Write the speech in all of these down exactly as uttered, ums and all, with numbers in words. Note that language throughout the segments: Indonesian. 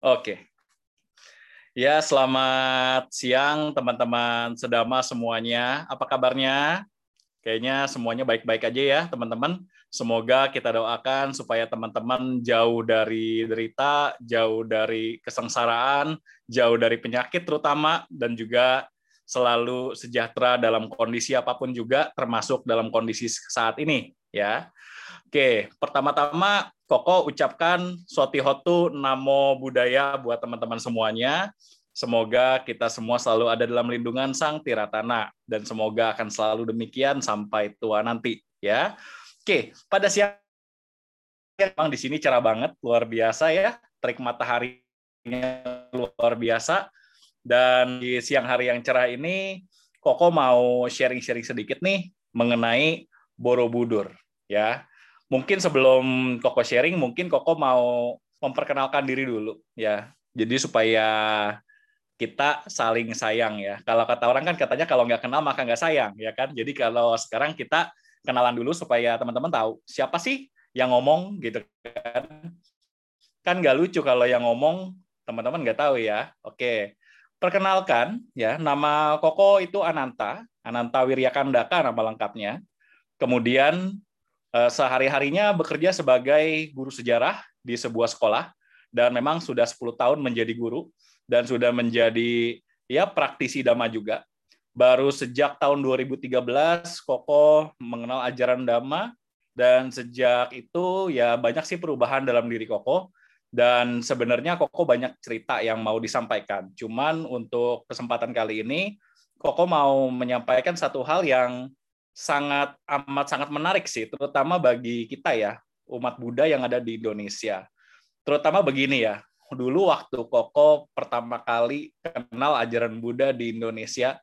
Oke. Ya, selamat siang teman-teman Sedama semuanya. Apa kabarnya? Kayaknya semuanya baik-baik aja ya, teman-teman. Semoga kita doakan supaya teman-teman jauh dari derita, jauh dari kesengsaraan, jauh dari penyakit terutama, dan juga selalu sejahtera dalam kondisi apapun juga, termasuk dalam kondisi saat ini, ya. Oke, pertama-tama Koko ucapkan Sotihotu Namo Buddhaya buat teman-teman semuanya. Semoga kita semua selalu ada dalam lindungan Sang Tiratana dan semoga akan selalu demikian sampai tua nanti, ya. Oke, pada siang memang di sini cerah banget, luar biasa ya. Terik mataharinya luar biasa dan di siang hari yang cerah ini Koko mau sharing-sharing sedikit nih mengenai Borobudur, ya. Mungkin sebelum Koko sharing, mungkin Koko mau memperkenalkan diri dulu, ya. Jadi supaya kita saling sayang, ya. Kalau kata orang kan katanya kalau nggak kenal maka nggak sayang, ya kan. Jadi kalau sekarang kita kenalan dulu supaya teman-teman tahu siapa sih yang ngomong, gitu kan. Kan nggak lucu kalau yang ngomong teman-teman nggak tahu ya. Oke, perkenalkan ya, nama Koko itu Ananta, Ananta Wiryakandaka nama lengkapnya. Kemudian sehari-harinya bekerja sebagai guru sejarah di sebuah sekolah dan memang sudah sepuluh tahun menjadi guru dan sudah menjadi ya praktisi Dhamma juga. Baru sejak tahun dua ribu tiga belas Koko mengenal ajaran Dhamma dan sejak itu ya banyak sih perubahan dalam diri Koko dan sebenarnya Koko banyak cerita yang mau disampaikan. Cuman untuk kesempatan kali ini Koko mau menyampaikan satu hal yang sangat amat sangat menarik sih, terutama bagi kita ya, umat Buddha yang ada di Indonesia. Terutama begini ya, dulu waktu Koko pertama kali kenal ajaran Buddha di Indonesia,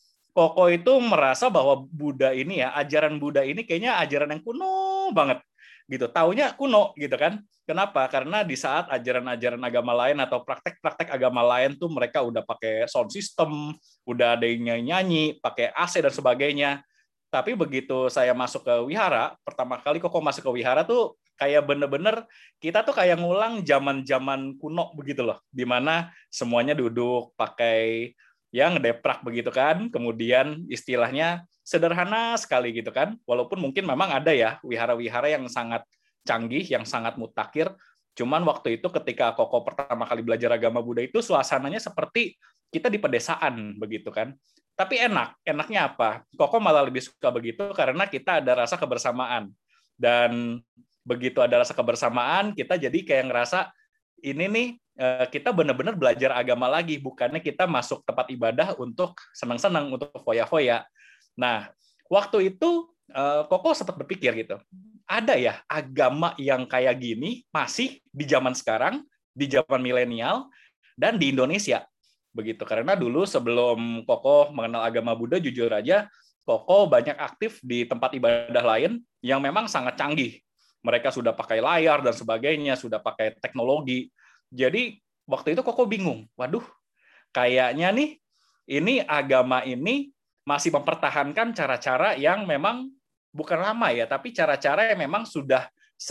Koko itu merasa bahwa Buddha ini ya, ajaran Buddha ini kayaknya ajaran yang kuno banget, gitu. Taunya kuno, gitu kan. Kenapa? Karena di saat ajaran-ajaran agama lain atau praktek-praktek agama lain tuh mereka udah pakai sound system, udah ada yang nyanyi, pakai A C dan sebagainya. Tapi begitu saya masuk ke wihara, pertama kali Koko masuk ke wihara tuh kayak bener-bener kita tuh kayak ngulang zaman-zaman kuno begitu loh, di mana semuanya duduk pakai yang ngedeprak begitu kan, kemudian istilahnya sederhana sekali gitu kan, walaupun mungkin memang ada ya wihara-wihara yang sangat canggih, yang sangat mutakhir, cuman waktu itu ketika Koko pertama kali belajar agama Buddha itu suasananya seperti kita di pedesaan begitu kan. Tapi enak, enaknya apa? Koko malah lebih suka begitu karena kita ada rasa kebersamaan. Dan begitu ada rasa kebersamaan, kita jadi kayak ngerasa ini nih kita benar-benar belajar agama lagi, bukannya kita masuk tempat ibadah untuk senang-senang, untuk foya-foya. Nah, waktu itu Koko sempat berpikir gitu, ada ya agama yang kayak gini masih di zaman sekarang, di zaman milenial, dan di Indonesia. Begitu, karena dulu sebelum Koko mengenal agama Buddha, jujur aja, Koko banyak aktif di tempat ibadah lain yang memang sangat canggih. Mereka sudah pakai layar dan sebagainya, sudah pakai teknologi. Jadi waktu itu Koko bingung, waduh, kayaknya nih ini agama ini masih mempertahankan cara-cara yang memang bukan lama ya, tapi cara-cara yang memang sudah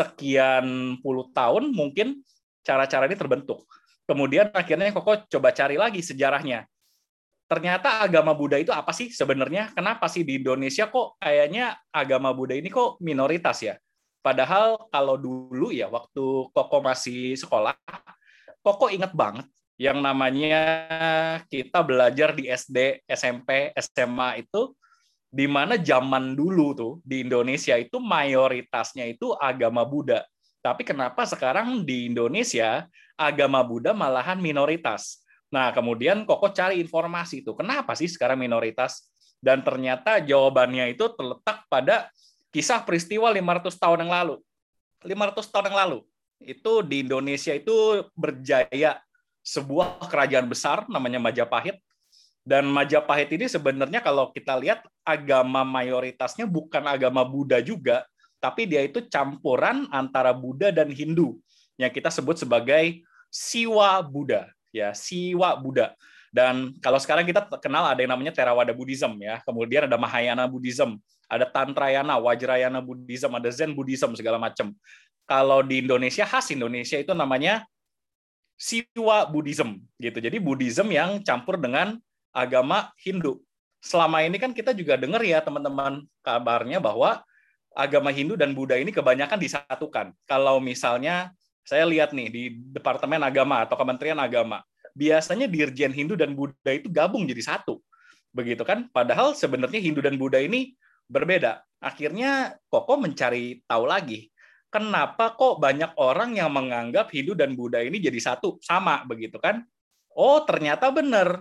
sekian puluh tahun mungkin cara-cara ini terbentuk. Kemudian akhirnya Koko coba cari lagi sejarahnya. Ternyata agama Buddha itu apa sih sebenarnya? Kenapa sih di Indonesia kok kayaknya agama Buddha ini kok minoritas ya? Padahal kalau dulu ya, waktu Koko masih sekolah, Koko inget banget yang namanya kita belajar di S D, S M P, S M A itu, di mana zaman dulu tuh di Indonesia itu mayoritasnya itu agama Buddha. Tapi kenapa sekarang di Indonesia agama Buddha malahan minoritas? Nah, kemudian Koko cari informasi itu, kenapa sih sekarang minoritas? Dan ternyata jawabannya itu terletak pada kisah peristiwa lima ratus tahun yang lalu. lima ratus tahun yang lalu, itu di Indonesia itu berjaya sebuah kerajaan besar namanya Majapahit. Dan Majapahit ini sebenarnya kalau kita lihat agama mayoritasnya bukan agama Buddha juga, tapi dia itu campuran antara Buddha dan Hindu yang kita sebut sebagai Siwa Buddha, ya, Siwa Buddha. Dan kalau sekarang kita kenal ada yang namanya Theravada Buddhism ya, kemudian ada Mahayana Buddhism, ada Tantrayana, Vajrayana Buddhism, ada Zen Buddhism segala macam. Kalau di Indonesia, khas Indonesia itu namanya Siwa Buddhism gitu. Jadi Buddhism yang campur dengan agama Hindu. Selama ini kan kita juga dengar ya teman-teman kabarnya bahwa agama Hindu dan Buddha ini kebanyakan disatukan. Kalau misalnya saya lihat nih di Departemen Agama atau Kementerian Agama, biasanya Dirjen Hindu dan Buddha itu gabung jadi satu. Begitu kan? Padahal sebenarnya Hindu dan Buddha ini berbeda. Akhirnya Koko mencari tahu lagi, kenapa kok banyak orang yang menganggap Hindu dan Buddha ini jadi satu, sama begitu kan? Oh, ternyata benar.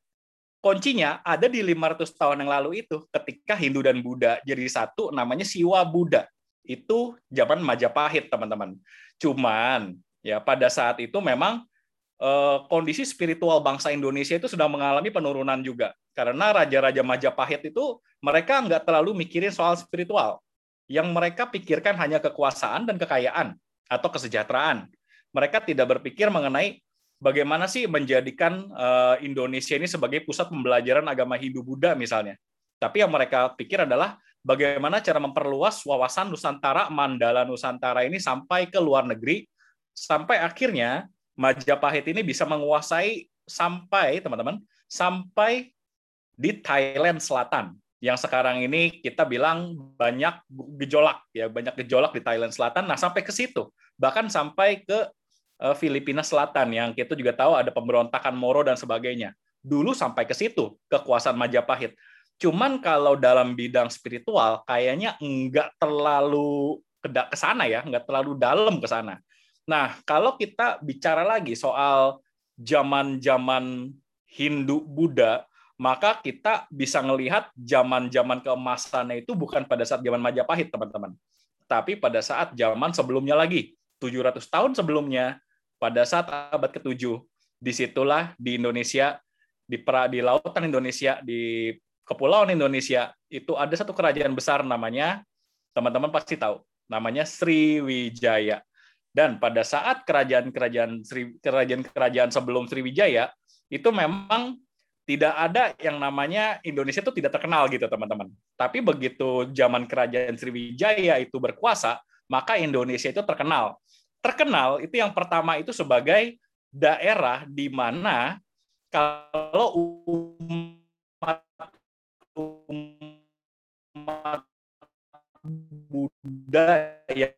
Kuncinya ada di lima ratus tahun yang lalu itu, ketika Hindu dan Buddha jadi satu, namanya Siwa Buddha. Itu zaman Majapahit, teman-teman. Cuman, ya pada saat itu memang eh, kondisi spiritual bangsa Indonesia itu sudah mengalami penurunan juga. Karena raja-raja Majapahit itu, mereka nggak terlalu mikirin soal spiritual. Yang mereka pikirkan hanya kekuasaan dan kekayaan, atau kesejahteraan. Mereka tidak berpikir mengenai bagaimana sih menjadikan uh, Indonesia ini sebagai pusat pembelajaran agama Hindu-Buddha misalnya. Tapi yang mereka pikir adalah bagaimana cara memperluas wawasan Nusantara, Mandala Nusantara ini sampai ke luar negeri, sampai akhirnya Majapahit ini bisa menguasai sampai, teman-teman, sampai di Thailand Selatan. Yang sekarang ini kita bilang banyak gejolak, ya banyak gejolak di Thailand Selatan. Nah, sampai ke situ, bahkan sampai ke Filipina Selatan yang kita juga tahu ada pemberontakan Moro dan sebagainya. Dulu sampai ke situ kekuasaan Majapahit. Cuman kalau dalam bidang spiritual kayaknya enggak terlalu ke sana ya, enggak terlalu dalam ke sana. Nah, kalau kita bicara lagi soal zaman-zaman Hindu Buddha, maka kita bisa melihat zaman-zaman keemasannya itu bukan pada saat zaman Majapahit, teman-teman. Tapi pada saat zaman sebelumnya lagi, tujuh ratus tahun sebelumnya, pada saat abad ketujuh, disitulah di Indonesia, di, pra, di lautan Indonesia, di kepulauan Indonesia, itu ada satu kerajaan besar namanya, teman-teman pasti tahu, namanya Sriwijaya. Dan pada saat kerajaan-kerajaan kerajaan-kerajaan sebelum Sriwijaya, itu memang tidak ada yang namanya Indonesia itu tidak terkenal gitu, teman-teman. Tapi begitu zaman kerajaan Sriwijaya itu berkuasa, maka Indonesia itu terkenal. Terkenal itu yang pertama itu sebagai daerah di mana kalau umat, umat Buddha yang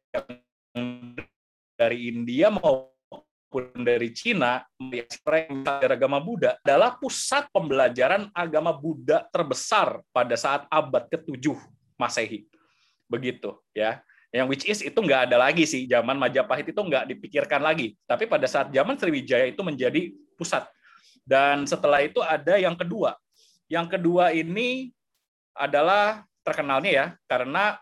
dari India maupun dari Cina mengekspresi agama Buddha adalah pusat pembelajaran agama Buddha terbesar pada saat abad ketujuh Masehi. Begitu ya. Yang which is itu nggak ada lagi sih, zaman Majapahit itu nggak dipikirkan lagi. Tapi pada saat zaman Sriwijaya itu menjadi pusat. Dan setelah itu ada yang kedua. Yang kedua ini adalah terkenalnya ya, karena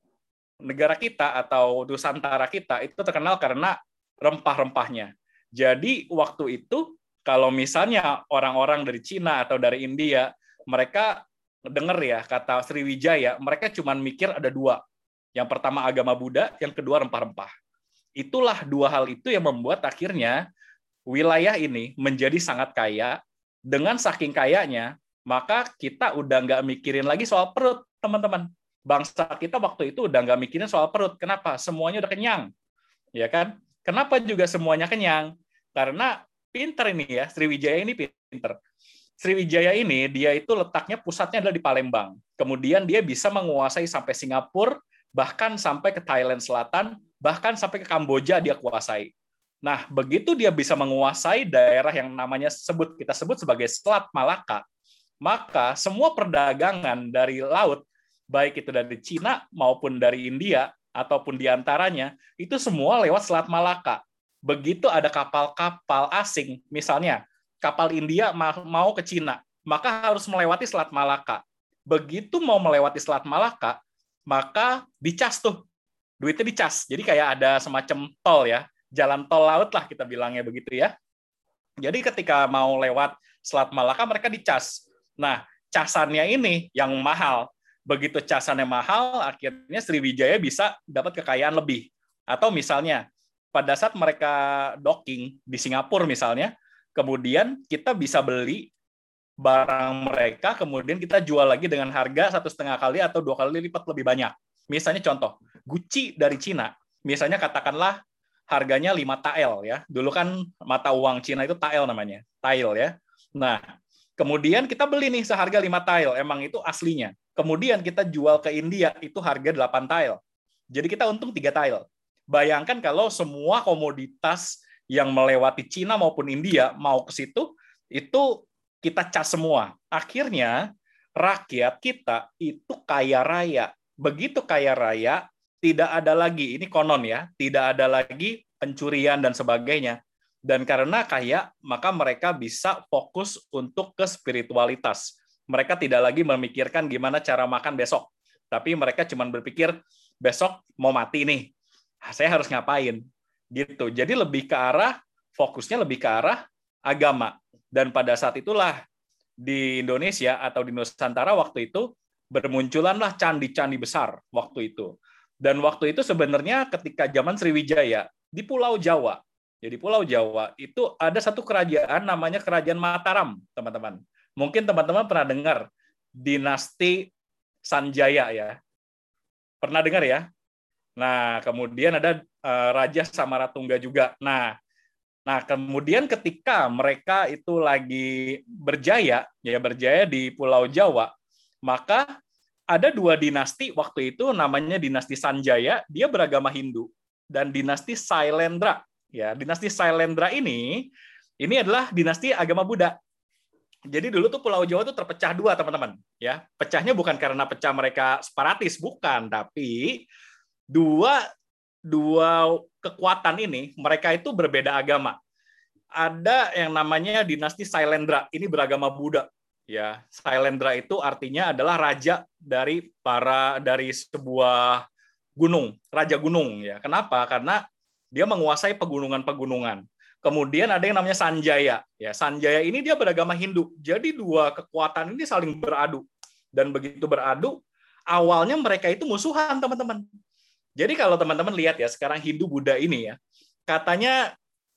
negara kita atau Nusantara kita itu terkenal karena rempah-rempahnya. Jadi waktu itu, kalau misalnya orang-orang dari Cina atau dari India, mereka dengar ya kata Sriwijaya, mereka cuma mikir ada dua. Yang pertama agama Buddha, yang kedua rempah-rempah. Itulah dua hal itu yang membuat akhirnya wilayah ini menjadi sangat kaya. Dengan saking kayanya, maka kita udah nggak mikirin lagi soal perut, teman-teman. Bangsa kita waktu itu udah nggak mikirin soal perut. Kenapa? Semuanya udah kenyang. Ya kan? Kenapa juga semuanya kenyang? Karena pinter ini ya, Sriwijaya ini pinter. Sriwijaya ini, dia itu letaknya pusatnya adalah di Palembang. Kemudian dia bisa menguasai sampai Singapura, bahkan sampai ke Thailand Selatan, bahkan sampai ke Kamboja dia kuasai. Nah, begitu dia bisa menguasai daerah yang namanya sebut kita sebut sebagai Selat Malaka, maka semua perdagangan dari laut, baik itu dari Cina maupun dari India, ataupun diantaranya, itu semua lewat Selat Malaka. Begitu ada kapal-kapal asing, misalnya kapal India mau ke Cina, maka harus melewati Selat Malaka. Begitu mau melewati Selat Malaka, maka dicas tuh, duitnya dicas. Jadi kayak ada semacam tol ya, jalan tol laut lah kita bilangnya begitu ya. Jadi ketika mau lewat Selat Malaka mereka dicas. Nah, casannya ini yang mahal. Begitu casannya mahal, akhirnya Sriwijaya bisa dapat kekayaan lebih. Atau misalnya pada saat mereka docking di Singapura misalnya, kemudian kita bisa beli barang mereka, kemudian kita jual lagi dengan harga satu setengah kali atau dua kali lipat lebih banyak. Misalnya contoh, Gucci dari Cina, misalnya katakanlah harganya lima tael ya. Dulu kan mata uang Cina itu tael namanya, tael ya. Nah, kemudian kita beli nih seharga lima tael, emang itu aslinya. Kemudian kita jual ke India itu harga delapan tael. Jadi kita untung tiga tael. Bayangkan kalau semua komoditas yang melewati Cina maupun India mau ke situ, itu kita cas semua. Akhirnya rakyat kita itu kaya raya. Begitu kaya raya, tidak ada lagi, ini konon ya, tidak ada lagi pencurian dan sebagainya. Dan karena kaya, maka mereka bisa fokus untuk ke spiritualitas. Mereka tidak lagi memikirkan gimana cara makan besok. Tapi mereka cuma berpikir, besok mau mati nih, saya harus ngapain? Gitu. Jadi lebih ke arah, fokusnya lebih ke arah agama. Dan pada saat itulah di Indonesia atau di Nusantara waktu itu, bermunculanlah candi-candi besar waktu itu. Dan waktu itu sebenarnya ketika zaman Sriwijaya, di Pulau Jawa, jadi Pulau Jawa itu ada satu kerajaan namanya Kerajaan Mataram, teman-teman. Mungkin teman-teman pernah dengar dinasti Sanjaya ya. Pernah dengar ya? Nah, kemudian ada uh, Raja Samaratungga juga. Nah, nah kemudian ketika mereka itu lagi berjaya, ya berjaya di Pulau Jawa, maka ada dua dinasti waktu itu namanya dinasti Sanjaya, dia beragama Hindu, dan dinasti Sailendra. Ya, dinasti Sailendra ini ini adalah dinasti agama Buddha. Jadi dulu tuh Pulau Jawa tuh terpecah dua, teman-teman. Ya, pecahnya bukan karena pecah mereka separatis, bukan, tapi dua dua kekuatan ini mereka itu berbeda agama. Ada yang namanya dinasti Sailendra, ini beragama Buddha. Ya, Sailendra itu artinya adalah raja dari para dari sebuah gunung, raja gunung ya. Kenapa? Karena dia menguasai pegunungan-pegunungan. Kemudian ada yang namanya Sanjaya. Ya, Sanjaya ini dia beragama Hindu. Jadi dua kekuatan ini saling beradu. Dan begitu beradu, awalnya mereka itu musuhan, teman-teman. Jadi kalau teman-teman lihat ya, sekarang Hindu Buddha ini ya, katanya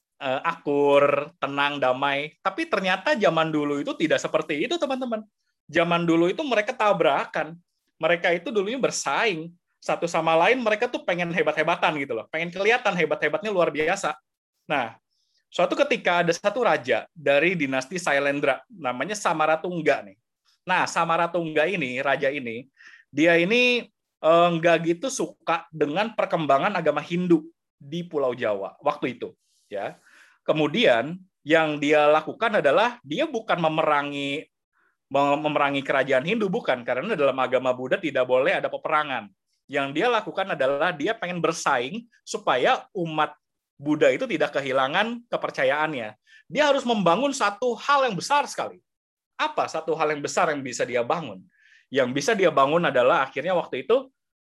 akur, tenang, damai. Tapi ternyata zaman dulu itu tidak seperti itu, teman-teman. Zaman dulu itu mereka tabrakan. Mereka itu dulunya bersaing. Satu sama lain mereka tuh pengen hebat-hebatan gitu loh. Pengen kelihatan hebat-hebatnya luar biasa. Nah, suatu ketika ada satu raja dari dinasti Sailendra, namanya Samaratungga nih. Nah, Samaratungga ini, raja ini, dia ini enggak gitu suka dengan perkembangan agama Hindu di Pulau Jawa waktu itu. Ya. Kemudian yang dia lakukan adalah dia bukan memerangi memerangi kerajaan Hindu, bukan, karena dalam agama Buddha tidak boleh ada peperangan. Yang dia lakukan adalah dia pengen bersaing supaya umat Buddha itu tidak kehilangan kepercayaannya. Dia harus membangun satu hal yang besar sekali. Apa satu hal yang besar yang bisa dia bangun? Yang bisa dia bangun adalah akhirnya waktu itu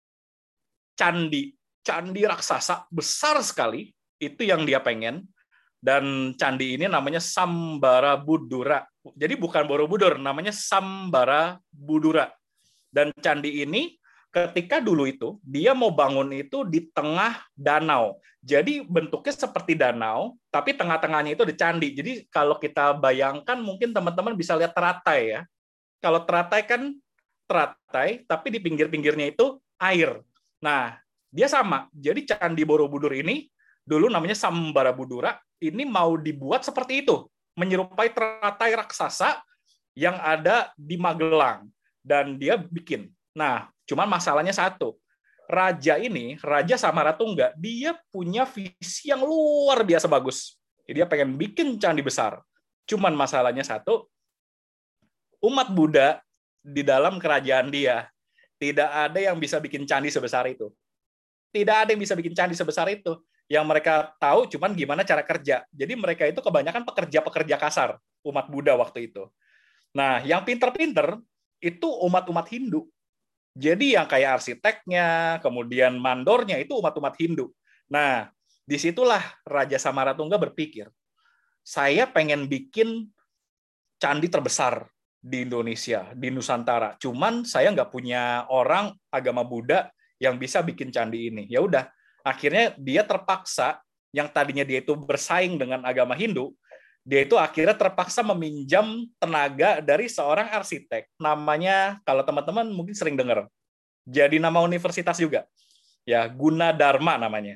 candi, candi raksasa besar sekali, itu yang dia pengen. Dan candi ini namanya Sambara Budura. Jadi bukan Borobudur, namanya Sambara Budura. Dan candi ini ketika dulu itu dia mau bangun itu di tengah danau. Jadi bentuknya seperti danau, tapi tengah-tengahnya itu ada candi. Jadi kalau kita bayangkan mungkin teman-teman bisa lihat teratai ya. Kalau teratai kan teratai, tapi di pinggir-pinggirnya itu air. Nah, dia sama. Jadi candi Borobudur ini dulu namanya Sambara Budura, ini mau dibuat seperti itu, menyerupai teratai raksasa yang ada di Magelang. Dan dia bikin. Nah, cuman masalahnya satu. Raja ini, Raja Samaratungga, dia punya visi yang luar biasa bagus. Dia pengen bikin candi besar. Cuman masalahnya satu, umat Buddha di dalam kerajaan dia, tidak ada yang bisa bikin candi sebesar itu. Tidak ada yang bisa bikin candi sebesar itu. Yang mereka tahu cuman gimana cara kerja. Jadi mereka itu kebanyakan pekerja-pekerja kasar, umat Buddha waktu itu. Nah, yang pinter-pinter itu umat-umat Hindu. Jadi yang kayak arsiteknya, kemudian mandornya itu umat-umat Hindu. Nah, disitulah Raja Samaratungga berpikir, saya pengen bikin candi terbesar di Indonesia, di Nusantara. Cuman saya nggak punya orang agama Buddha yang bisa bikin candi ini. Ya udah, akhirnya dia terpaksa, yang tadinya dia itu bersaing dengan agama Hindu, dia itu akhirnya terpaksa meminjam tenaga dari seorang arsitek. Namanya, kalau teman-teman mungkin sering dengar, jadi nama universitas juga. Ya, Gunadarma namanya.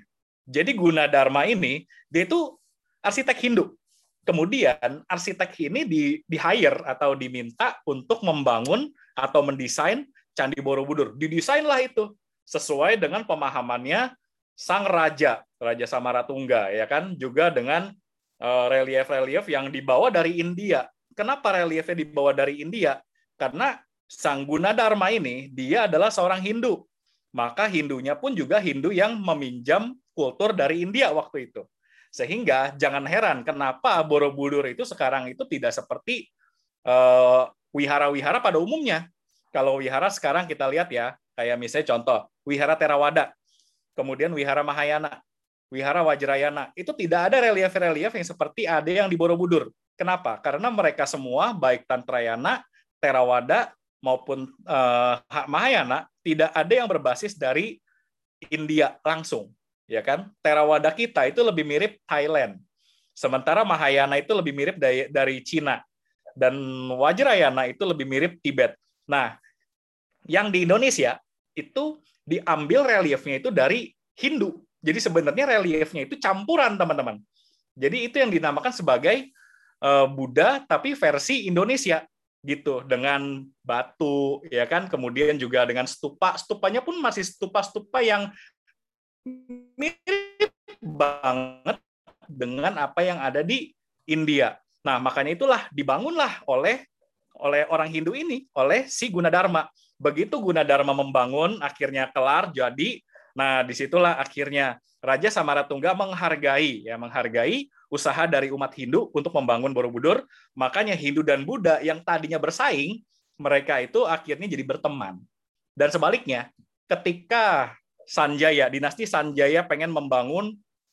Jadi Gunadarma ini dia itu arsitek Hindu. Kemudian arsitek ini di di hire atau diminta untuk membangun atau mendesain Candi Borobudur. Didesainlah itu sesuai dengan pemahamannya sang raja, Raja Samaratungga, ya kan, juga dengan uh, relief-relief yang dibawa dari India. Kenapa reliefnya dibawa dari India? Karena sang Gunadarma ini dia adalah seorang Hindu. Maka Hindunya pun juga Hindu yang meminjam kultur dari India waktu itu. Sehingga jangan heran kenapa Borobudur itu sekarang itu tidak seperti uh, wihara-wihara pada umumnya. Kalau wihara sekarang kita lihat ya, kayak misalnya contoh, wihara Theravada, kemudian wihara Mahayana, wihara Vajrayana, itu tidak ada relief-relief yang seperti ada yang di Borobudur. Kenapa? Karena mereka semua, baik Tantrayana, Theravada, maupun uh, Mahayana, tidak ada yang berbasis dari India langsung. Ya kan? Theravada kita itu lebih mirip Thailand. Sementara Mahayana itu lebih mirip dari, dari Cina. Dan Vajrayana itu lebih mirip Tibet. Nah, yang di Indonesia itu diambil reliefnya itu dari Hindu. Jadi sebenarnya reliefnya itu campuran, teman-teman. Jadi itu yang dinamakan sebagai uh, Buddha tapi versi Indonesia gitu, dengan batu, ya kan, kemudian juga dengan stupa. Stupanya pun masih stupa-stupa yang mirip banget dengan apa yang ada di India. Nah, makanya itulah dibangunlah oleh oleh orang Hindu ini, oleh si Gunadarma. Begitu Gunadarma membangun, akhirnya kelar, jadi, nah disitulah akhirnya Raja Samaratungga menghargai, ya menghargai usaha dari umat Hindu untuk membangun Borobudur. Makanya Hindu dan Buddha yang tadinya bersaing, mereka itu akhirnya jadi berteman. Dan sebaliknya, ketika Sanjaya, dinasti Sanjaya pengen membangun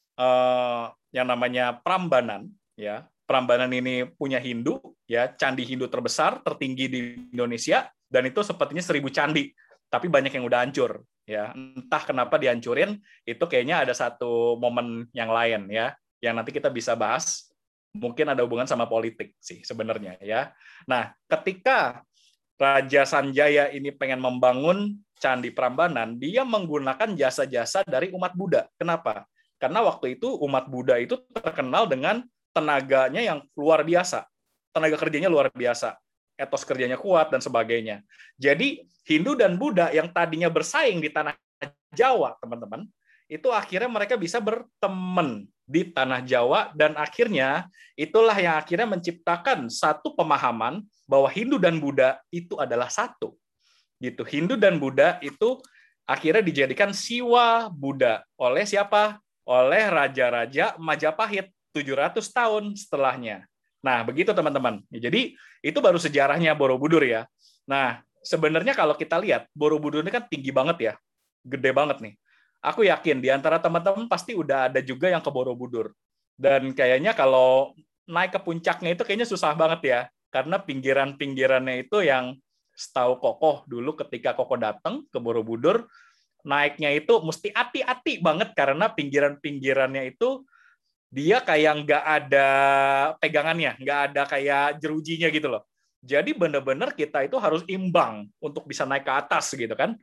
eh, yang namanya Prambanan, ya Prambanan ini punya Hindu, ya candi Hindu terbesar, tertinggi di Indonesia, dan itu sepertinya seribu candi, tapi banyak yang udah hancur, ya entah kenapa dihancurin. Itu kayaknya ada satu momen yang lain, ya yang nanti kita bisa bahas, mungkin ada hubungan sama politik sih sebenarnya, ya. Nah, ketika Raja Sanjaya ini pengen membangun Candi Prambanan, dia menggunakan jasa-jasa dari umat Buddha. Kenapa? Karena waktu itu umat Buddha itu terkenal dengan tenaganya yang luar biasa, tenaga kerjanya luar biasa, etos kerjanya kuat, dan sebagainya. Jadi Hindu dan Buddha yang tadinya bersaing di tanah Jawa, teman-teman, itu akhirnya mereka bisa berteman di tanah Jawa, dan akhirnya itulah yang akhirnya menciptakan satu pemahaman bahwa Hindu dan Buddha itu adalah satu. Gitu. Hindu dan Buddha itu akhirnya dijadikan Siwa Buddha oleh siapa? Oleh raja-raja Majapahit tujuh ratus tahun setelahnya. Nah, begitu teman-teman. Jadi itu baru sejarahnya Borobudur ya. Nah, sebenarnya kalau kita lihat Borobudur ini kan tinggi banget ya. Gede banget nih. Aku yakin di antara teman-teman pasti udah ada juga yang ke Borobudur. Dan kayaknya kalau naik ke puncaknya itu kayaknya susah banget ya. Karena pinggiran-pinggirannya itu yang setahu Kokoh dulu ketika Kokoh datang ke Borobudur, naiknya itu mesti hati-hati banget karena pinggiran-pinggirannya itu dia kayak nggak ada pegangannya, nggak ada kayak jerujinya gitu loh. Jadi benar-benar kita itu harus imbang untuk bisa naik ke atas gitu kan.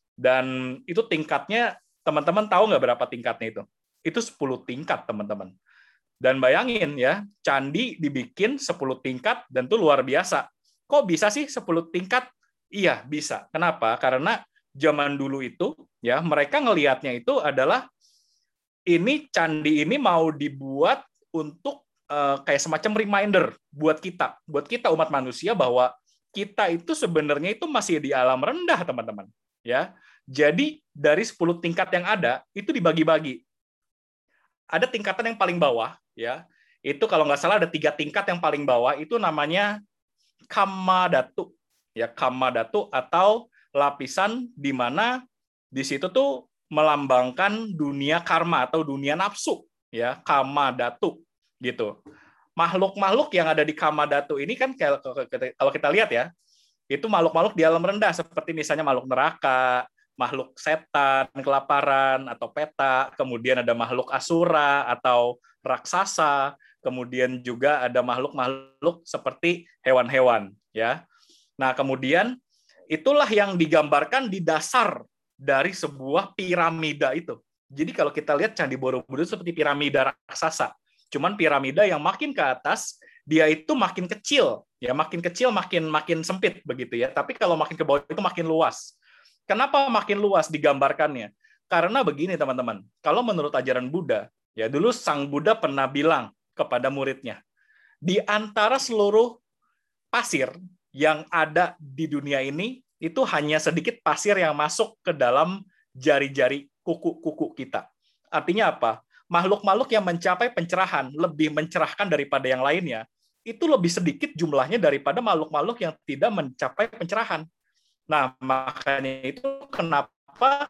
Dan itu tingkatnya, teman-teman tahu nggak berapa tingkatnya itu? Itu sepuluh tingkat, teman-teman. Dan bayangin ya, candi dibikin sepuluh tingkat dan itu luar biasa. Kok bisa sih sepuluh tingkat? Iya, bisa. Kenapa? Karena zaman dulu itu ya mereka ngelihatnya itu adalah ini candi ini mau dibuat untuk uh, kayak semacam reminder buat kita, buat kita umat manusia bahwa kita itu sebenarnya itu masih di alam rendah, teman-teman. Ya. Jadi dari sepuluh tingkat yang ada itu dibagi-bagi. Ada tingkatan yang paling bawah, ya. Itu kalau nggak salah ada tiga tingkat yang paling bawah, itu namanya Kamadhatu, ya Kamadhatu atau lapisan di mana di situ tuh melambangkan dunia karma atau dunia nafsu, ya Kamadhatu gitu. Makhluk-makhluk yang ada di Kamadhatu ini kan kalau kita lihat ya, itu makhluk-makhluk di alam rendah seperti misalnya makhluk neraka, makhluk setan, kelaparan atau peta, kemudian ada makhluk asura atau raksasa, kemudian juga ada makhluk-makhluk seperti hewan-hewan, ya. Nah, kemudian itulah yang digambarkan di dasar dari sebuah piramida itu. Jadi kalau kita lihat Candi Borobudur seperti piramida raksasa. Cuman piramida yang makin ke atas, dia itu makin kecil. Ya, makin kecil, makin makin sempit begitu ya. Tapi kalau makin ke bawah itu makin luas. Kenapa makin luas digambarkannya? Karena begini teman-teman, kalau menurut ajaran Buddha, ya dulu Sang Buddha pernah bilang kepada muridnya, di antara seluruh pasir yang ada di dunia ini, itu hanya sedikit pasir yang masuk ke dalam jari-jari kuku-kuku kita. Artinya apa? Makhluk-makhluk yang mencapai pencerahan, lebih mencerahkan daripada yang lainnya, itu lebih sedikit jumlahnya daripada makhluk-makhluk yang tidak mencapai pencerahan. Nah, makanya itu kenapa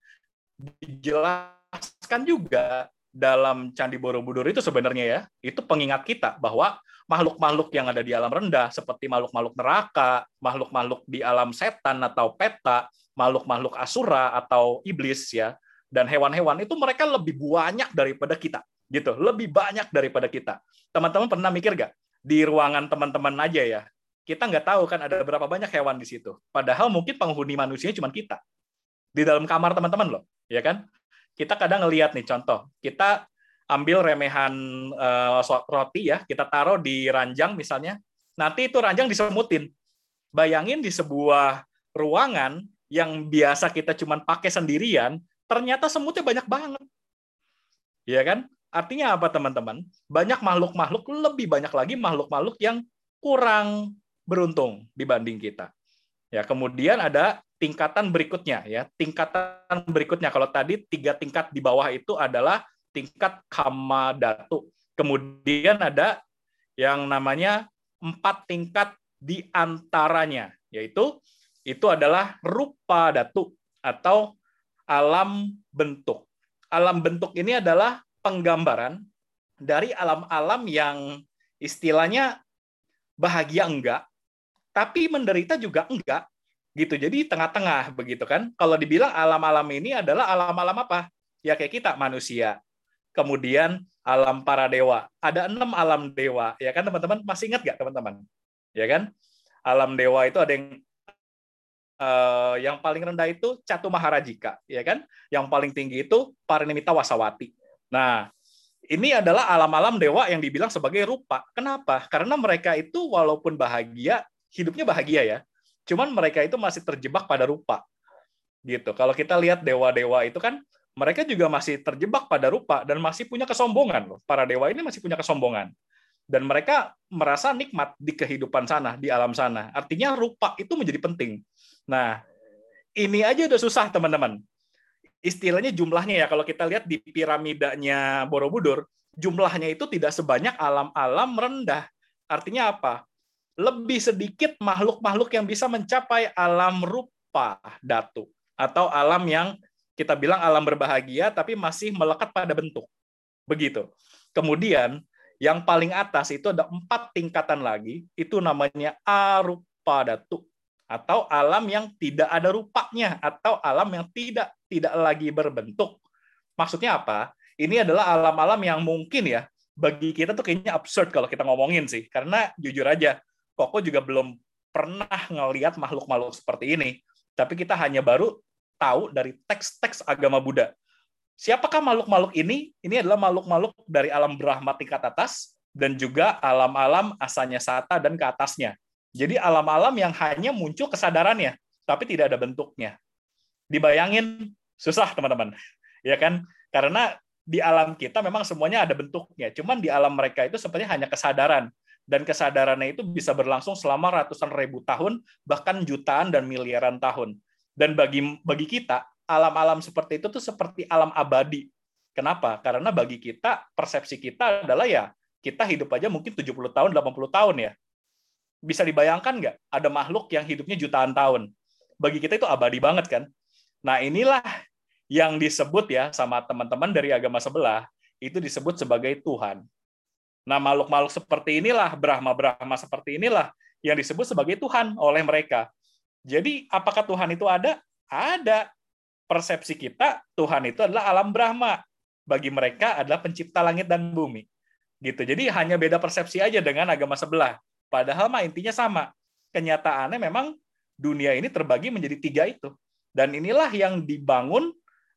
dijelaskan juga dalam Candi Borobudur itu sebenarnya ya, itu pengingat kita bahwa makhluk-makhluk yang ada di alam rendah, seperti makhluk-makhluk neraka, makhluk-makhluk di alam setan atau peta, makhluk-makhluk asura atau iblis ya, dan hewan-hewan itu mereka lebih banyak daripada kita, gitu, lebih banyak daripada kita. Teman-teman pernah mikir nggak di ruangan teman-teman aja ya, kita nggak tahu kan ada berapa banyak hewan di situ. Padahal mungkin penghuni manusianya cuma kita. Di dalam kamar teman-teman loh, ya kan? Kita kadang ngelihat nih contoh, kita ambil remehan uh, roti ya, kita taruh di ranjang misalnya, nanti itu ranjang disemutin. Bayangin di sebuah ruangan yang biasa kita cuma pakai sendirian, ternyata semutnya banyak banget. Ya kan? Artinya apa teman-teman? Banyak makhluk-makhluk, lebih banyak lagi makhluk-makhluk yang kurang beruntung dibanding kita. Ya, kemudian ada tingkatan berikutnya ya. Tingkatan berikutnya kalau tadi tiga tingkat di bawah itu adalah tingkat Kama Dhatu. Kemudian ada yang namanya empat tingkat di antaranya, yaitu itu adalah Rupa Dhatu atau alam bentuk. Alam bentuk ini adalah penggambaran dari alam-alam yang istilahnya bahagia enggak, tapi menderita juga enggak. Gitu. Jadi tengah-tengah begitu kan. Kalau dibilang alam-alam ini adalah alam-alam apa? Ya kayak kita manusia. Kemudian alam para dewa. Ada enam alam dewa, ya kan teman-teman? Masih ingat nggak teman-teman? Ya kan? Alam dewa itu ada yang uh, yang paling rendah itu Catu Maharajika, ya kan? Yang paling tinggi itu Parinimita Wasawati. Nah, ini adalah alam-alam dewa yang dibilang sebagai rupa. Kenapa? Karena mereka itu walaupun bahagia, hidupnya bahagia ya. Cuman mereka itu masih terjebak pada rupa. Gitu. Kalau kita lihat dewa-dewa itu kan mereka juga masih terjebak pada rupa dan masih punya kesombongan loh. Para dewa ini masih punya kesombongan. Dan mereka merasa nikmat di kehidupan sana, di alam sana. Artinya rupa itu menjadi penting. Nah, ini aja udah susah teman-teman. Istilahnya jumlahnya ya, kalau kita lihat di piramidanya Borobudur, jumlahnya itu tidak sebanyak alam-alam rendah. Artinya apa? Lebih sedikit makhluk-makhluk yang bisa mencapai alam rupa dhatu atau alam yang kita bilang alam berbahagia tapi masih melekat pada bentuk. Begitu. Kemudian yang paling atas itu ada empat tingkatan lagi, itu namanya arupa dhatu atau alam yang tidak ada rupanya atau alam yang tidak tidak lagi berbentuk. Maksudnya apa? Ini adalah alam-alam yang mungkin ya bagi kita tuh kayaknya absurd kalau kita ngomongin sih, karena jujur aja Koko juga belum pernah ngelihat makhluk-makhluk seperti ini. Tapi kita hanya baru tahu dari teks-teks agama Buddha. Siapakah makhluk-makhluk ini? Ini adalah makhluk-makhluk dari alam Brahma tingkat atas dan juga alam-alam asanya sata dan ke atasnya. Jadi alam-alam yang hanya muncul kesadarannya, tapi tidak ada bentuknya. Dibayangin susah teman-teman. Ya kan? Karena di alam kita memang semuanya ada bentuknya. Cuman di alam mereka itu sepertinya hanya kesadaran. Dan kesadarannya itu bisa berlangsung selama ratusan ribu tahun, bahkan jutaan dan miliaran tahun. Dan bagi bagi kita, alam-alam seperti itu tuh seperti alam abadi. Kenapa? Karena bagi kita, persepsi kita adalah ya, kita hidup aja mungkin tujuh puluh tahun, delapan puluh tahun ya. Bisa dibayangkan nggak? Ada makhluk yang hidupnya jutaan tahun. Bagi kita itu abadi banget kan? Nah inilah yang disebut ya sama teman-teman dari agama sebelah, itu disebut sebagai Tuhan. Nah, makhluk-makhluk seperti inilah, Brahma-Brahma seperti inilah, yang disebut sebagai Tuhan oleh mereka. Jadi, apakah Tuhan itu ada? Ada. Persepsi kita, Tuhan itu adalah alam Brahma. Bagi mereka adalah pencipta langit dan bumi. Gitu. Jadi, hanya beda persepsi aja dengan agama sebelah. Padahal mah intinya sama. Kenyataannya memang dunia ini terbagi menjadi tiga itu. Dan inilah yang dibangun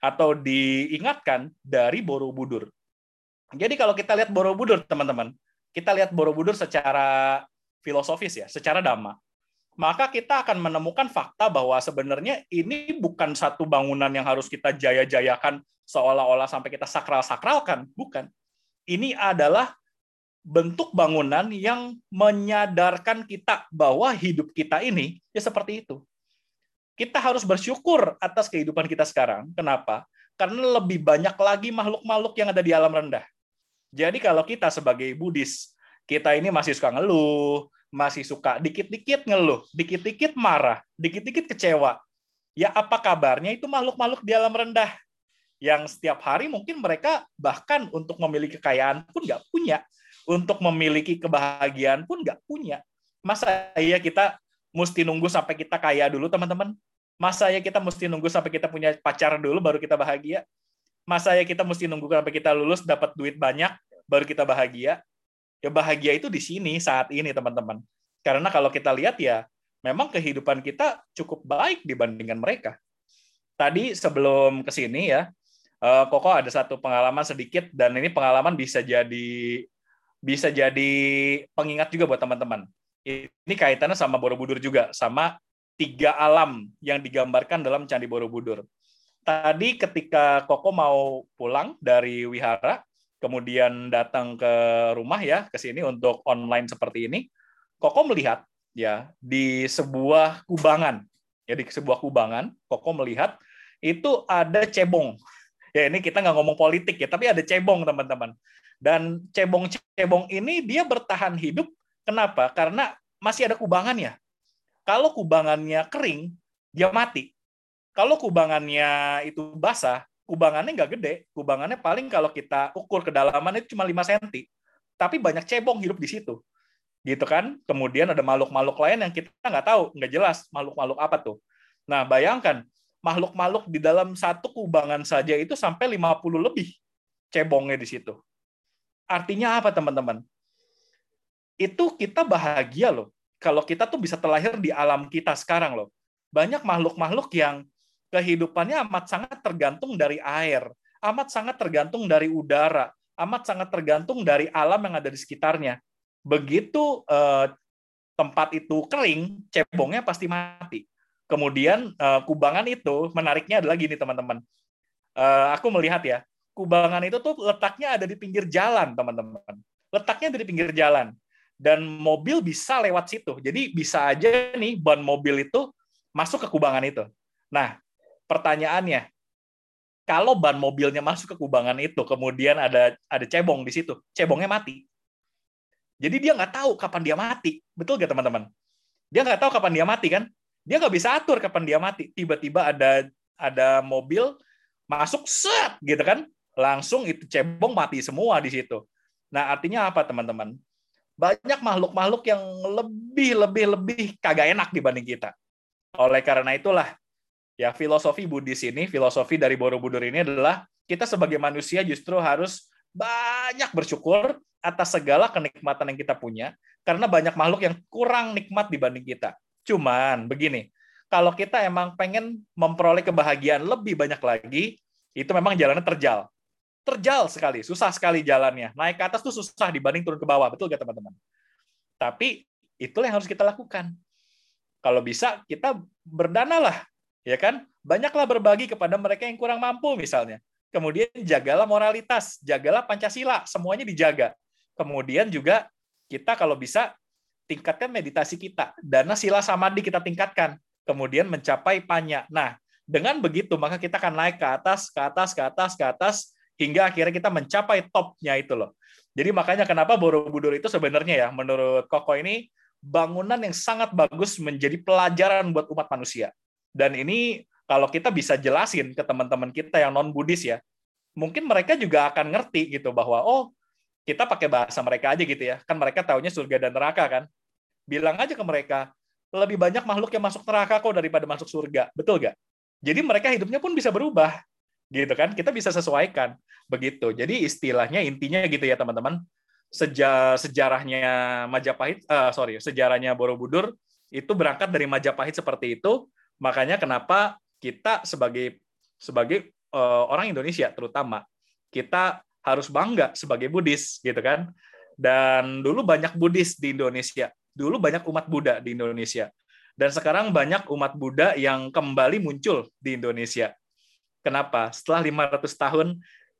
atau diingatkan dari Borobudur. Jadi kalau kita lihat Borobudur, teman-teman, kita lihat Borobudur secara filosofis ya, secara dhamma, maka kita akan menemukan fakta bahwa sebenarnya ini bukan satu bangunan yang harus kita jaya-jayakan seolah-olah sampai kita sakral-sakralkan, bukan. Ini adalah bentuk bangunan yang menyadarkan kita bahwa hidup kita ini ya seperti itu. Kita harus bersyukur atas kehidupan kita sekarang. Kenapa? Karena lebih banyak lagi makhluk-makhluk yang ada di alam rendah. Jadi kalau kita sebagai Buddhis, kita ini masih suka ngeluh, masih suka dikit-dikit ngeluh, dikit-dikit marah, dikit-dikit kecewa. Ya apa kabarnya itu makhluk-makhluk di alam rendah? Yang setiap hari mungkin mereka bahkan untuk memiliki kekayaan pun nggak punya. Untuk memiliki kebahagiaan pun nggak punya. Masa iya kita mesti nunggu sampai kita kaya dulu, teman-teman? Masa ya kita mesti nunggu sampai kita punya pacar dulu baru kita bahagia? Masa ya kita mesti nunggu sampai kita lulus dapat duit banyak baru kita bahagia? Ya bahagia itu di sini saat ini, teman-teman. Karena kalau kita lihat ya memang kehidupan kita cukup baik dibandingkan mereka. Tadi sebelum ke sini ya, Koko ada satu pengalaman sedikit dan ini pengalaman bisa jadi bisa jadi pengingat juga buat teman-teman. Ini kaitannya sama Borobudur juga, sama tiga alam yang digambarkan dalam Candi Borobudur. Tadi ketika Koko mau pulang dari wihara, kemudian datang ke rumah ya, ke sini untuk online seperti ini, Koko melihat ya di sebuah kubangan, ya di sebuah kubangan, Koko melihat itu ada cebong. Ya ini kita nggak ngomong politik ya, tapi ada cebong, teman-teman. Dan cebong-cebong ini dia bertahan hidup. Kenapa? Karena masih ada kubangannya. Kalau kubangannya kering, dia mati. Kalau kubangannya itu basah, kubangannya nggak gede. Kubangannya paling kalau kita ukur kedalamannya itu cuma lima sentimeter. Tapi banyak cebong hidup di situ. Gitu kan? Kemudian ada makhluk-makhluk lain yang kita nggak tahu, nggak jelas makhluk-makhluk apa tuh. Nah, bayangkan, makhluk-makhluk di dalam satu kubangan saja itu sampai lima puluh lebih cebongnya di situ. Artinya apa, teman-teman? Itu kita bahagia loh. Kalau kita tuh bisa terlahir di alam kita sekarang loh. Banyak makhluk-makhluk yang kehidupannya amat sangat tergantung dari air, amat sangat tergantung dari udara, amat sangat tergantung dari alam yang ada di sekitarnya. Begitu eh, tempat itu kering, cebongnya pasti mati. Kemudian eh, kubangan itu, menariknya adalah gini teman-teman. Eh, aku melihat ya, kubangan itu tuh letaknya ada di pinggir jalan, teman-teman. Letaknya ada di pinggir jalan. Dan mobil bisa lewat situ. Jadi bisa aja nih ban mobil itu masuk ke kubangan itu. Nah, pertanyaannya, kalau ban mobilnya masuk ke kubangan itu, kemudian ada ada cebong di situ, cebongnya mati. Jadi dia nggak tahu kapan dia mati. Betul nggak, teman-teman? Dia nggak tahu kapan dia mati, kan? Dia nggak bisa atur kapan dia mati. Tiba-tiba ada ada mobil masuk, set, gitu kan? Langsung itu cebong mati semua di situ. Nah, artinya apa, teman-teman? Banyak makhluk-makhluk yang lebih-lebih-lebih kagak enak dibanding kita. Oleh karena itulah, ya filosofi Buddhis ini, filosofi dari Borobudur ini adalah kita sebagai manusia justru harus banyak bersyukur atas segala kenikmatan yang kita punya, karena banyak makhluk yang kurang nikmat dibanding kita. Cuman begini, kalau kita emang pengen memperoleh kebahagiaan lebih banyak lagi, itu memang jalannya terjal. Terjal sekali, susah sekali jalannya. Naik ke atas tuh susah dibanding turun ke bawah, betul nggak, teman-teman? Tapi itulah yang harus kita lakukan. Kalau bisa, kita berdana lah, ya kan? Banyaklah berbagi kepada mereka yang kurang mampu, misalnya. Kemudian jagalah moralitas, jagalah Pancasila, semuanya dijaga. Kemudian juga kita kalau bisa tingkatkan meditasi kita, dana sila samadhi kita tingkatkan, kemudian mencapai panya. Nah, dengan begitu maka kita akan naik ke atas, ke atas, ke atas, ke atas, hingga akhirnya kita mencapai topnya itu loh. Jadi makanya kenapa Borobudur itu sebenarnya ya, menurut Koko ini bangunan yang sangat bagus menjadi pelajaran buat umat manusia. Dan ini kalau kita bisa jelasin ke teman-teman kita yang non-Buddhis ya, mungkin mereka juga akan ngerti gitu bahwa oh, kita pakai bahasa mereka aja gitu ya. Kan mereka taunya surga dan neraka kan. Bilang aja ke mereka, lebih banyak makhluk yang masuk neraka kok daripada masuk surga. Betul nggak? Jadi mereka hidupnya pun bisa berubah. Gitu kan? Kita bisa sesuaikan. Begitu. Jadi istilahnya intinya gitu ya teman-teman. Seja, sejarahnya Majapahit, uh, sorry, sejarahnya Borobudur itu berangkat dari Majapahit seperti itu. Makanya kenapa kita sebagai sebagai uh, orang Indonesia terutama, kita harus bangga sebagai Buddhis, gitu kan. Dan dulu banyak Buddhis di Indonesia, dulu banyak umat Buddha di Indonesia, dan sekarang banyak umat Buddha yang kembali muncul di Indonesia. Kenapa? Setelah lima ratus tahun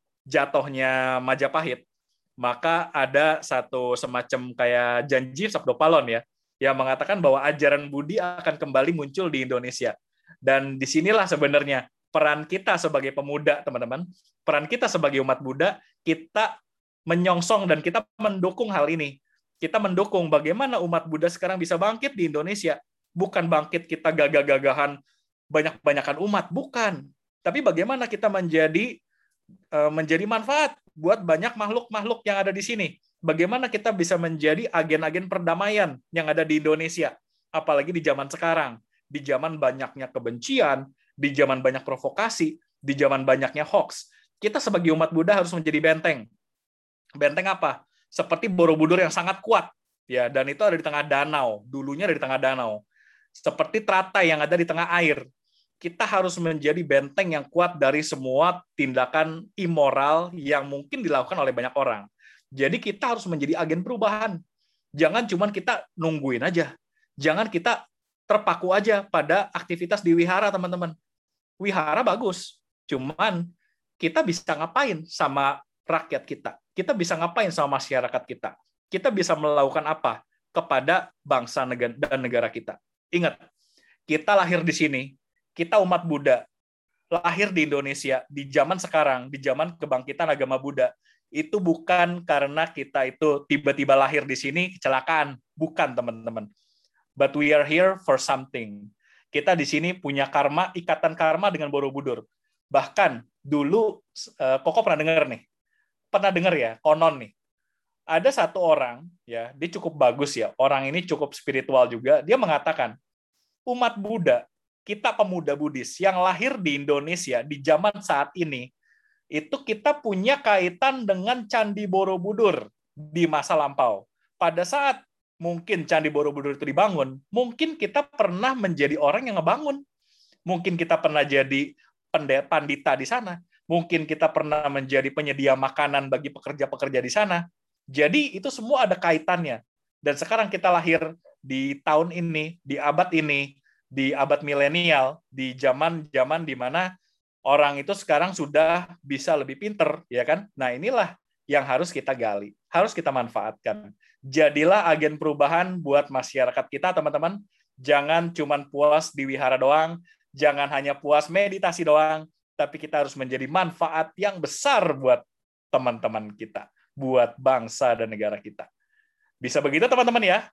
jatuhnya Majapahit, maka ada satu semacam kayak janji Sabdo Palon ya, yang mengatakan bahwa ajaran Budi akan kembali muncul di Indonesia. Dan disinilah sebenarnya peran kita sebagai pemuda, teman-teman, peran kita sebagai umat Buddha, kita menyongsong dan kita mendukung hal ini. Kita mendukung bagaimana umat Buddha sekarang bisa bangkit di Indonesia. Bukan bangkit kita gagah-gagahan banyak-banyakan umat, bukan. Tapi bagaimana kita menjadi menjadi manfaat buat banyak makhluk-makhluk yang ada di sini. Bagaimana kita bisa menjadi agen-agen perdamaian yang ada di Indonesia, apalagi di zaman sekarang, di zaman banyaknya kebencian, di zaman banyak provokasi, di zaman banyaknya hoax. Kita sebagai umat Buddha harus menjadi benteng. Benteng apa? Seperti Borobudur yang sangat kuat, ya, dan itu ada di tengah danau. Dulunya ada di tengah danau. Seperti teratai yang ada di tengah air. Kita harus menjadi benteng yang kuat dari semua tindakan immoral yang mungkin dilakukan oleh banyak orang. Jadi kita harus menjadi agen perubahan. Jangan cuma kita nungguin aja. Jangan kita terpaku aja pada aktivitas di wihara, teman-teman. Wihara bagus, cuman kita bisa ngapain sama rakyat kita? Kita bisa ngapain sama masyarakat kita? Kita bisa melakukan apa kepada bangsa dan negara kita? Ingat, kita lahir di sini, kita umat Buddha, lahir di Indonesia, di zaman sekarang, di zaman kebangkitan agama Buddha, itu bukan karena kita itu tiba-tiba lahir di sini, kecelakaan. Bukan, teman-teman. But we are here for something. Kita di sini punya karma, ikatan karma dengan Borobudur. Bahkan, dulu, Koko pernah dengar nih, pernah dengar ya, konon nih, ada satu orang, ya, dia cukup bagus ya, orang ini cukup spiritual juga, dia mengatakan, umat Buddha, kita pemuda Buddhis yang lahir di Indonesia di zaman saat ini, itu kita punya kaitan dengan Candi Borobudur di masa lampau. Pada saat mungkin Candi Borobudur itu dibangun, mungkin kita pernah menjadi orang yang ngebangun. Mungkin kita pernah jadi pandita di sana. Mungkin kita pernah menjadi penyedia makanan bagi pekerja-pekerja di sana. Jadi itu semua ada kaitannya. Dan sekarang kita lahir di tahun ini, di abad ini, di abad milenial, di zaman-zaman di mana orang itu sekarang sudah bisa lebih pinter, ya kan? Nah, inilah yang harus kita gali, harus kita manfaatkan. Jadilah agen perubahan buat masyarakat kita, teman-teman. Jangan cuma puas di wihara doang, jangan hanya puas meditasi doang, tapi kita harus menjadi manfaat yang besar buat teman-teman kita, buat bangsa dan negara kita. Bisa begitu, teman-teman ya?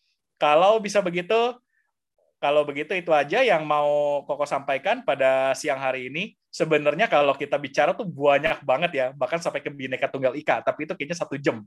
Kalau bisa begitu, Kalau begitu itu aja yang mau Koko sampaikan pada siang hari ini. Sebenarnya kalau kita bicara tuh banyak banget ya, bahkan sampai ke Bhinneka Tunggal Ika, tapi itu kayaknya satu jam.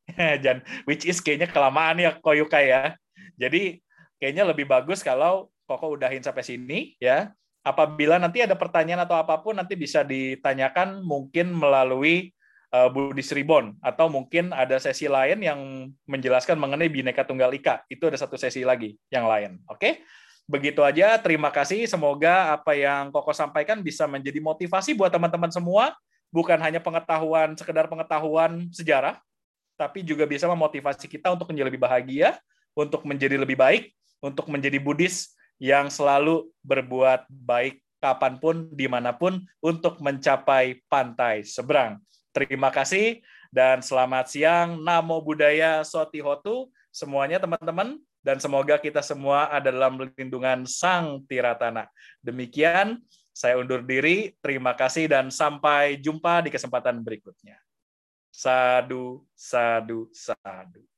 Dan which is kayaknya kelamaan ya Koyuka ya. Jadi kayaknya lebih bagus kalau Koko udahin sampai sini ya. Apabila nanti ada pertanyaan atau apapun nanti bisa ditanyakan mungkin melalui uh, Buddhist Reborn atau mungkin ada sesi lain yang menjelaskan mengenai Bhinneka Tunggal Ika. Itu ada satu sesi lagi yang lain. Oke? Okay? Begitu aja, terima kasih. Semoga apa yang Koko sampaikan bisa menjadi motivasi buat teman-teman semua, bukan hanya pengetahuan, sekedar pengetahuan sejarah, tapi juga bisa memotivasi kita untuk menjadi lebih bahagia, untuk menjadi lebih baik, untuk menjadi Buddhis yang selalu berbuat baik kapanpun, dimanapun, untuk mencapai pantai seberang. Terima kasih, dan selamat siang. Namo Buddhaya Sotihotu, semuanya teman-teman. Dan semoga kita semua ada dalam lindungan Sang Tiratana. Demikian, saya undur diri. Terima kasih dan sampai jumpa di kesempatan berikutnya. Sadu, sadu, sadu.